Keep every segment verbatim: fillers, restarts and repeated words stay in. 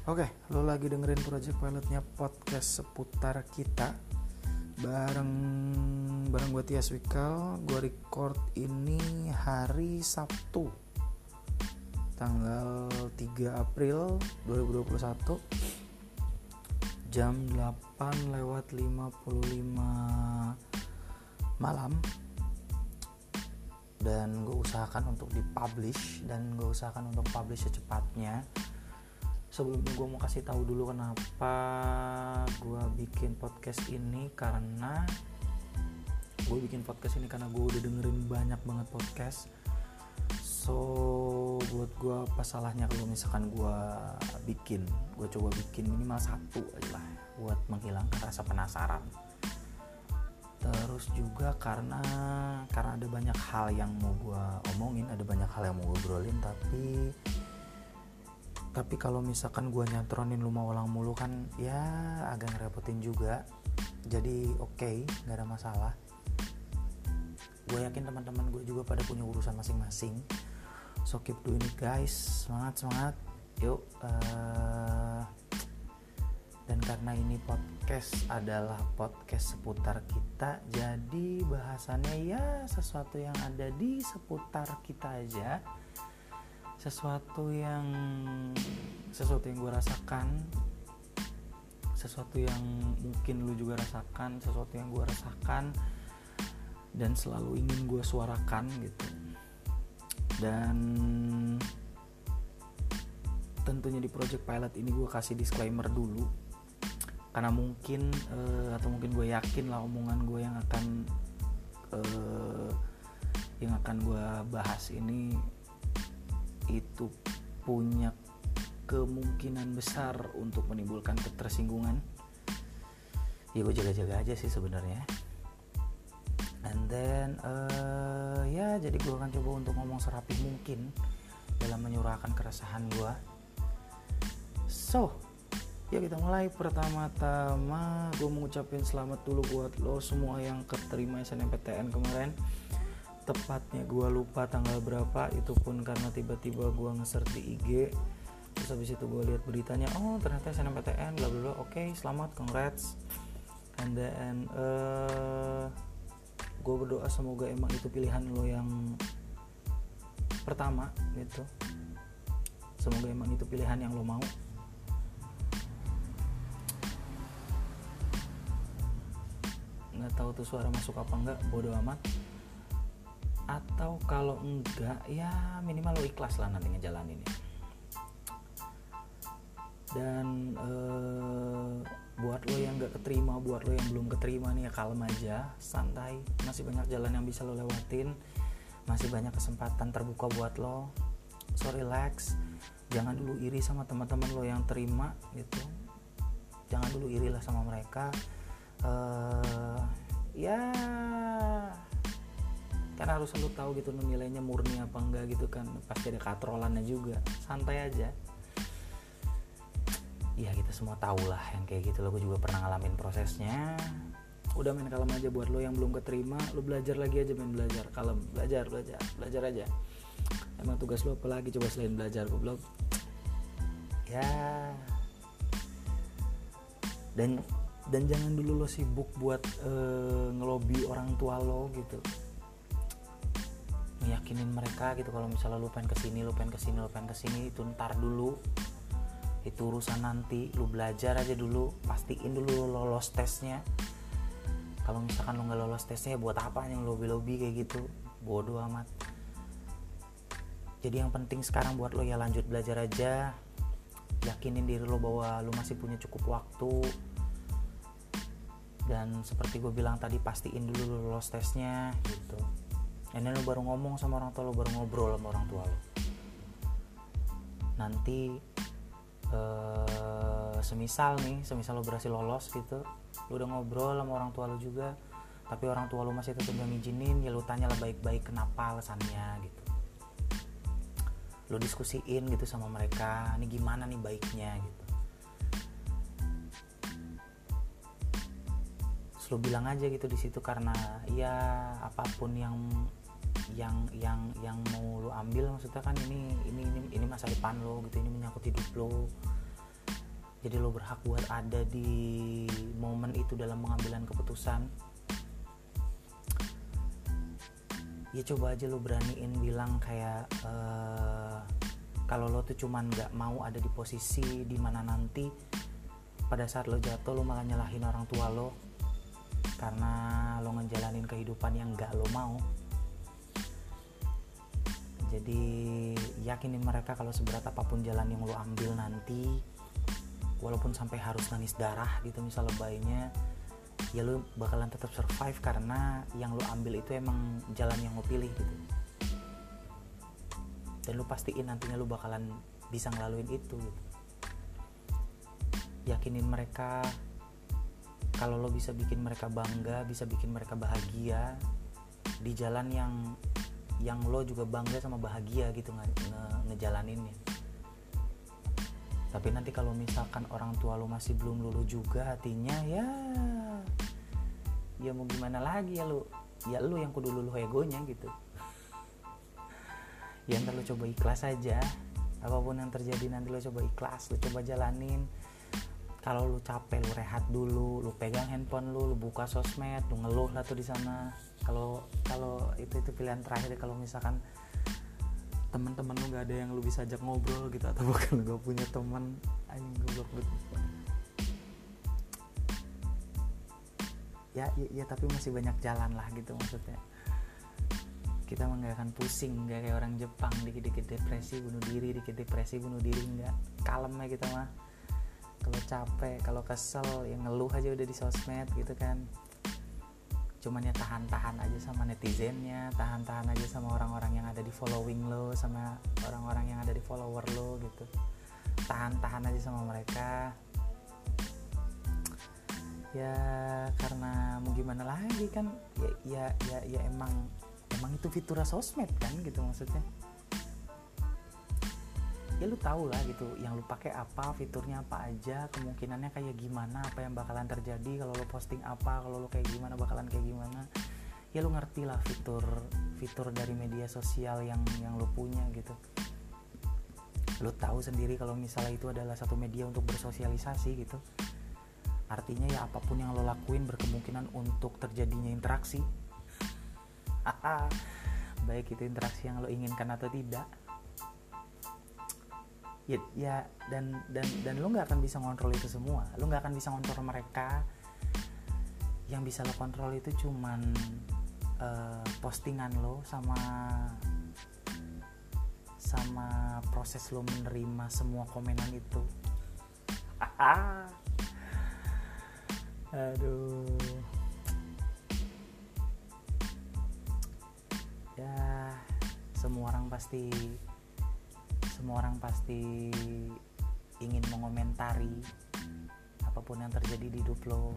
Oke, lo lagi dengerin Project Pilotnya podcast seputar kita bareng bareng gue Tias Wikal. Gue record ini hari Sabtu tanggal tiga April dua ribu dua puluh satu jam delapan lewat lima puluh lima malam, dan gue usahakan untuk dipublish dan gue usahakan untuk publish secepatnya. Sebelumnya gue mau kasih tahu dulu kenapa gue bikin podcast ini. Karena gue bikin podcast ini karena gue udah dengerin banyak banget podcast. So buat gue apa salahnya kalau misalkan gue bikin, gue coba bikin minimal satu aja lah buat menghilangkan rasa penasaran. Terus juga karena karena ada banyak hal yang mau gue omongin, ada banyak hal yang mau gue obrolin, tapi Tapi kalau misalkan gue nyantronin lu mau ulang mulu kan ya agak ngerepotin juga. Jadi oke, okay, gak ada masalah. Gue yakin teman-teman gue juga pada punya urusan masing-masing. So keep doing it guys. Semangat semangat. Yuk. Uh, dan karena ini podcast adalah podcast seputar kita, jadi bahasannya ya sesuatu yang ada di seputar kita aja. sesuatu yang sesuatu yang gue rasakan, sesuatu yang mungkin lu juga rasakan, sesuatu yang gue rasakan dan selalu ingin gue suarakan gitu. Dan tentunya di Project Pilot ini gue kasih disclaimer dulu, karena mungkin uh, atau mungkin gue yakin lah omongan gue yang akan uh, yang akan gue bahas ini itu punya kemungkinan besar untuk menimbulkan ketersinggungan. Ya gue jaga-jaga aja sih sebenarnya. And then uh, ya jadi gue akan coba untuk ngomong serapih mungkin dalam menyurahkan keresahan gue. So ya kita mulai. Pertama-tama gue mau ngucapin selamat dulu buat lo semua yang keterima S N M P T N kemarin. Tepatnya gue lupa tanggal berapa, itu pun karena tiba-tiba gue nge-search di I G. Terus habis itu gue lihat beritanya, oh ternyata S N M P T N bla bla bla. Oke, selamat, congrats. And then uh, gue berdoa semoga emang itu pilihan lo yang pertama gitu. Semoga emang itu pilihan yang lo mau. Nggak tahu tuh suara masuk apa enggak, bodo amat. Atau kalau enggak ya minimal lo ikhlas lah nanti ngejalaninnya. Dan ee, buat lo yang gak keterima, buat lo yang belum keterima nih ya kalem aja, santai. Masih banyak jalan yang bisa lo lewatin, masih banyak kesempatan terbuka buat lo. So relax, jangan dulu iri sama teman-teman lo yang terima gitu. Jangan dulu iri lah sama mereka. ee, ya karena harus selalu tahu gitu nilainya murni apa enggak gitu kan, pasti ada katrolannya juga. Santai aja ya, kita semua tahu lah yang kayak gitu. Lo gue juga pernah ngalamin prosesnya. Udah main kalem aja. Buat lo yang belum keterima, lo belajar lagi aja, main belajar kalem, belajar belajar belajar aja. Emang tugas lo apa lagi coba selain belajar, goblok ya. Dan dan jangan dulu lo sibuk buat uh, ngelobi orang tua lo gitu, yakinin mereka gitu kalau misalnya lu pengen kesini, lu pengen kesini, lu pengen kesini, itu ntar dulu, itu urusan nanti. Lu belajar aja dulu, pastiin dulu lu lolos tesnya. Kalau misalkan lu nggak lolos tesnya, buat apa yang lobby-lobby kayak gitu, bodoh amat. Jadi yang penting sekarang buat lo ya lanjut belajar aja, yakinin diri lo bahwa lu masih punya cukup waktu. Dan seperti gue bilang tadi, pastiin dulu lu lolos tesnya gitu. Ini lo baru ngomong sama orang tua lo, baru ngobrol sama orang tua lo. Nanti ee, semisal nih, semisal lo berhasil lolos gitu, lo udah ngobrol sama orang tua lo juga, tapi orang tua lo masih tetap gak ngizinin, ya lo tanya lah baik-baik kenapa alasannya gitu. Lo diskusiin gitu sama mereka, ini gimana nih baiknya gitu. Lo bilang aja gitu di situ, karena ya apapun yang yang yang yang mau lo ambil, maksudnya kan ini ini ini ini masa depan lo gitu, ini menyangkut hidup lo. Jadi lo berhak buat ada di momen itu dalam pengambilan keputusan. Ya coba aja lo beraniin bilang kayak uh, kalau lo tuh cuman gak mau ada di posisi dimana nanti pada saat lo jatuh lo malah nyalahin orang tua lo karena lo ngejalanin kehidupan yang gak lo mau. Jadi yakinin mereka kalau seberat apapun jalan yang lo ambil nanti, walaupun sampai harus nangis darah gitu misal lebaynya, ya lo bakalan tetap survive karena yang lo ambil itu emang jalan yang lo pilih gitu. Dan lo pastiin nantinya lo bakalan bisa ngelaluin itu gitu. Yakinin mereka kalau lo bisa bikin mereka bangga, bisa bikin mereka bahagia di jalan yang yang lo juga bangga sama bahagia gitu nge- nge- ngejalaninnya. Tapi nanti kalau misalkan orang tua lo masih belum luluh juga hatinya, ya ya mau gimana lagi ya lo, ya lo yang kudu luluh egonya gitu. Ya ntar lo coba ikhlas aja, apapun yang terjadi nanti lo coba ikhlas, lo coba jalanin. Kalau lo capek lo rehat dulu, lo pegang handphone lo, lo buka sosmed, lo ngeluh lah tuh di sana. Kalau kalau itu itu pilihan terakhir kalau misalkan teman-teman lu nggak ada yang lu bisa ajak ngobrol gitu, atau bahkan lu gak punya teman, anjing goblok banget. Ya, ya ya tapi masih banyak jalan lah gitu maksudnya. Kita mah nggak akan pusing, nggak kayak orang Jepang dikit-dikit depresi bunuh diri, dikit depresi bunuh diri, nggak. Kalem ya kita mah. Kalau capek, kalau kesel, ya ngeluh aja udah di sosmed gitu kan. Cuman ya tahan-tahan aja sama netizennya, tahan-tahan aja sama orang-orang yang ada di following lo, sama orang-orang yang ada di follower lo gitu. Tahan-tahan aja sama mereka. Ya karena mau gimana lagi kan, ya ya ya, ya emang emang itu fitur sosmed kan gitu maksudnya. Ya lu tahu lah gitu yang lu pakai apa, fiturnya apa aja, kemungkinannya kayak gimana, apa yang bakalan terjadi kalau lu posting apa, kalau lu kayak gimana bakalan kayak gimana. Ya lu ngerti lah fitur fitur dari media sosial yang yang lu punya gitu. Lu tahu sendiri kalau misalnya itu adalah satu media untuk bersosialisasi gitu. Artinya ya apapun yang lo lakuin berkemungkinan untuk terjadinya interaksi. Baik itu interaksi yang lo inginkan atau tidak. Ya, ya dan dan dan lo nggak akan bisa ngontrol itu semua. Lo nggak akan bisa ngontrol mereka. Yang bisa lo kontrol itu cuman uh, postingan lo sama sama proses lo menerima semua komenan itu. Aduh. Ya semua orang pasti Semua orang pasti ingin mengomentari apapun yang terjadi di hidup lo.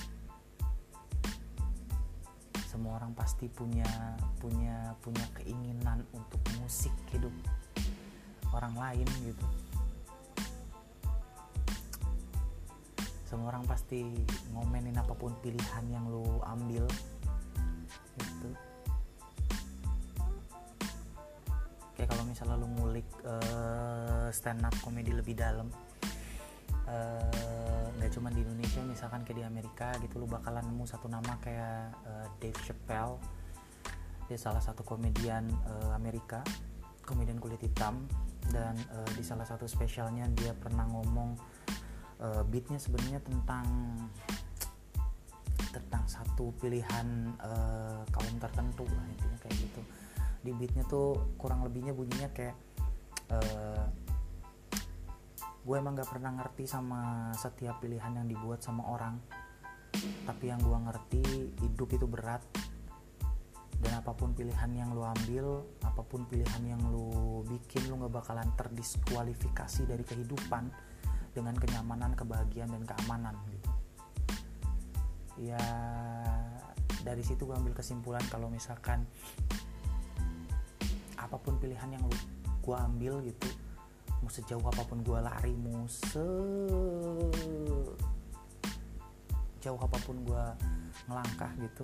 Semua orang pasti punya punya punya keinginan untuk musik hidup orang lain gitu. Semua orang pasti ngomenin apapun pilihan yang lo ambil gitu. Kayak kalau misalnya lu ngulik uh, stand up komedi lebih dalam, nggak uh, cuma di Indonesia, misalkan kayak di Amerika gitu, lu bakalan nemu satu nama kayak uh, Dave Chappelle. Dia salah satu komedian uh, Amerika, komedian kulit hitam, dan uh, di salah satu spesialnya dia pernah ngomong uh, beatnya sebenarnya tentang tentang satu pilihan uh, kaum tertentu lah, intinya kayak gitu. Di beatnya tuh kurang lebihnya bunyinya kayak uh, gue emang gak pernah ngerti sama setiap pilihan yang dibuat sama orang, tapi yang gue ngerti hidup itu berat, dan apapun pilihan yang lu ambil, apapun pilihan yang lu bikin, lu gak bakalan terdiskualifikasi dari kehidupan dengan kenyamanan, kebahagiaan, dan keamanan gitu. Ya dari situ gue ambil kesimpulan kalau misalkan apapun pilihan yang lu, gue ambil gitu, mau sejauh apapun gue lari, mau sejauh apapun gue ngelangkah gitu,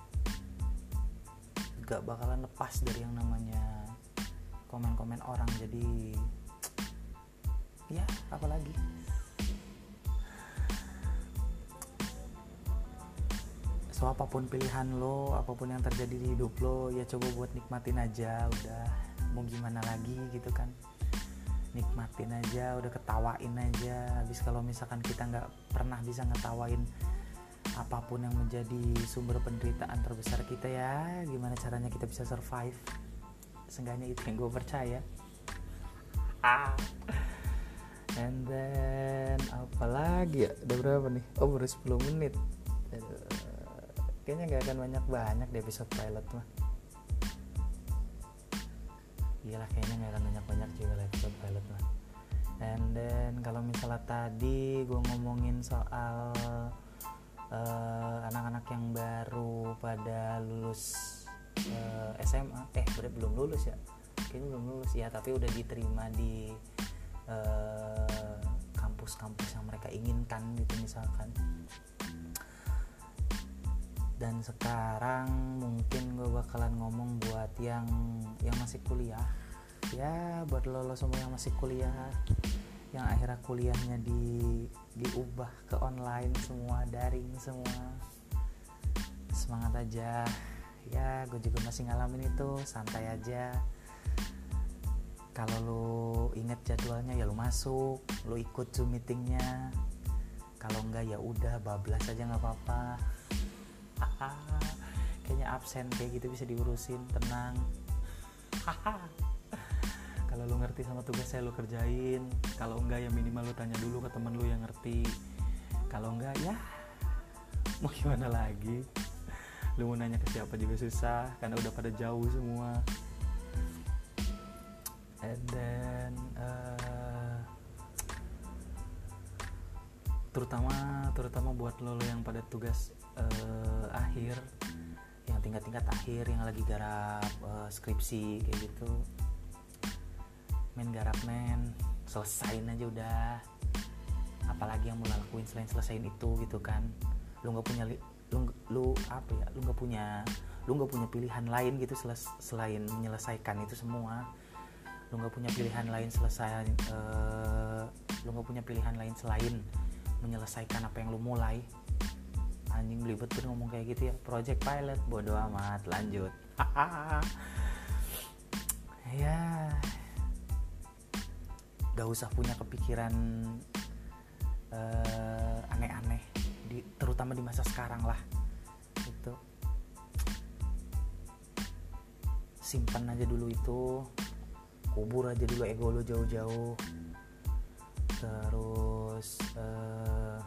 gak bakalan lepas dari yang namanya komen-komen orang. Jadi ya apalagi So apapun pilihan lo, apapun yang terjadi di hidup lo, ya coba buat nikmatin aja. Udah, mau gimana lagi gitu kan. Nikmatin aja, udah ketawain aja. Habis kalau misalkan kita gak pernah bisa ngetawain apapun yang menjadi sumber penderitaan terbesar kita, ya gimana caranya kita bisa survive. Seenggaknya itu yang gue percaya. Ah. And then apa lagi ya? Udah berapa nih? Oh, baru sepuluh menit. Aduh, kayaknya gak akan banyak-banyak di episode pilot mah. Iyalah, kayaknya gak akan banyak-banyak juga lah episode pilot mah. And then kalau misalnya tadi gue ngomongin soal uh, anak-anak yang baru pada lulus uh, S M A, eh udah belum lulus ya? Kayaknya belum lulus ya, tapi udah diterima di uh, kampus-kampus yang mereka inginkan gitu misalkan. Dan sekarang mungkin gue bakalan ngomong buat yang yang masih kuliah. Ya buat lo, lo semua yang masih kuliah, yang akhirnya kuliahnya di diubah ke online semua, daring semua. Semangat aja. Ya gue juga masih ngalamin itu, santai aja. Kalau lo inget jadwalnya ya lo masuk, lo ikut Zoom meetingnya. Kalau enggak ya udah bablas aja nggak apa-apa. Kayaknya absen kayak gitu bisa diurusin, tenang. Kalau lu ngerti sama tugasnya lu kerjain, kalau enggak ya minimal lu tanya dulu ke temen lu yang ngerti. Kalau enggak ya mau gimana lagi, lu mau nanya ke siapa juga susah karena udah pada jauh semua. And then uh, terutama terutama buat lo, lo yang pada tugas uh, akhir, yang tingkat-tingkat akhir, yang lagi garap uh, skripsi kayak gitu, men garap men, selesain aja udah. Apalagi yang mau lakuin selain selesain itu gitu kan. Lu nggak punya lu lu apa ya? Lu nggak punya lu nggak punya pilihan lain gitu seles, selain menyelesaikan itu semua. Lu nggak punya pilihan lain selesai uh, lu nggak punya pilihan lain selain menyelesaikan apa yang lu mulai. Anjing belibet tuh ngomong kayak gitu ya. Project pilot, bodo amat, lanjut. Ya gak usah punya kepikiran uh, aneh-aneh di, terutama di masa sekarang lah itu. Simpan aja dulu itu, kubur aja dulu ego lo jauh-jauh. Terus uh,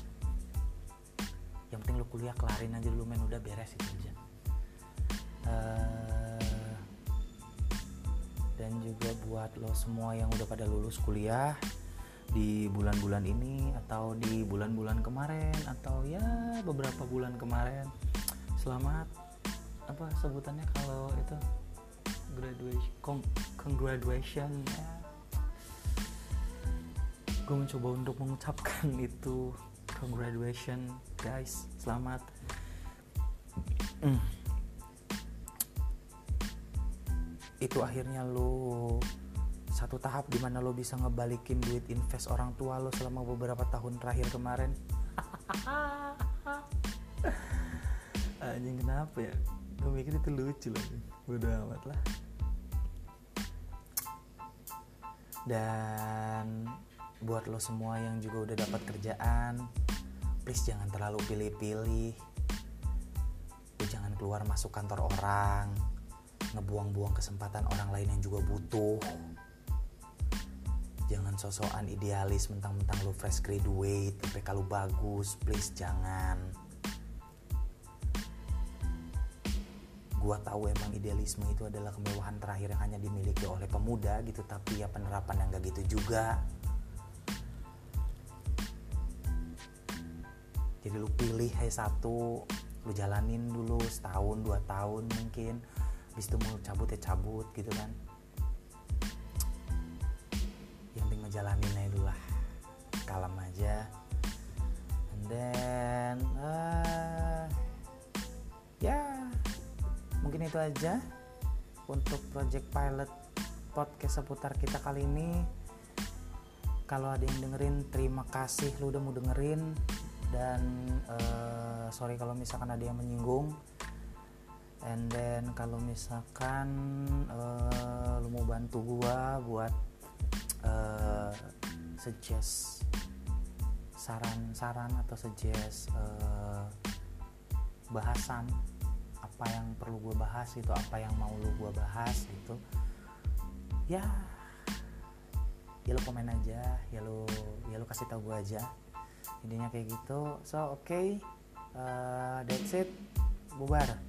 yang penting lo kuliah kelarin aja dulu men, udah beres itu aja. Uh, dan juga buat lo semua yang udah pada lulus kuliah di bulan-bulan ini atau di bulan-bulan kemarin atau ya beberapa bulan kemarin, selamat apa sebutannya kalau itu graduation, con- congratulation ya. Gue mencoba untuk mengucapkan itu, congratulation guys, selamat. mm. Itu akhirnya lo satu tahap dimana lo bisa ngebalikin duit invest orang tua lo selama beberapa tahun terakhir kemarin. Anjing kenapa ya, gue mikir itu lucu loh. Bodo amat lah. Dan buat lo semua yang juga udah dapat kerjaan, please jangan terlalu pilih-pilih. Lo jangan keluar masuk kantor orang, ngebuang-buang kesempatan orang lain yang juga butuh. Jangan sosokan idealis mentang-mentang lo fresh graduate, P K lo bagus, please jangan. Gua tahu emang idealisme itu adalah kemewahan terakhir yang hanya dimiliki oleh pemuda gitu, tapi ya penerapan yang gak gitu juga. Jadi lu pilih hai satu, lu jalanin dulu setahun dua tahun mungkin, habis itu mau cabut ya cabut gitu kan. Yang penting ngejalanin aja dulu lah, kalem aja. And then uh, ya yeah, mungkin itu aja untuk Project Pilot podcast seputar kita kali ini. Kalau ada yang dengerin, terima kasih lu udah mau dengerin. Dan uh, sorry kalau misalkan ada yang menyinggung. And then kalau misalkan uh, lu mau bantu gue buat uh, suggest saran-saran atau suggest uh, bahasan apa yang perlu gue bahas gitu, apa yang mau lu gue bahas gitu, ya ya lu komen aja, ya lu ya lu kasih tau gue aja, intinya kayak gitu. So oke, okay, uh, that's it, bubar.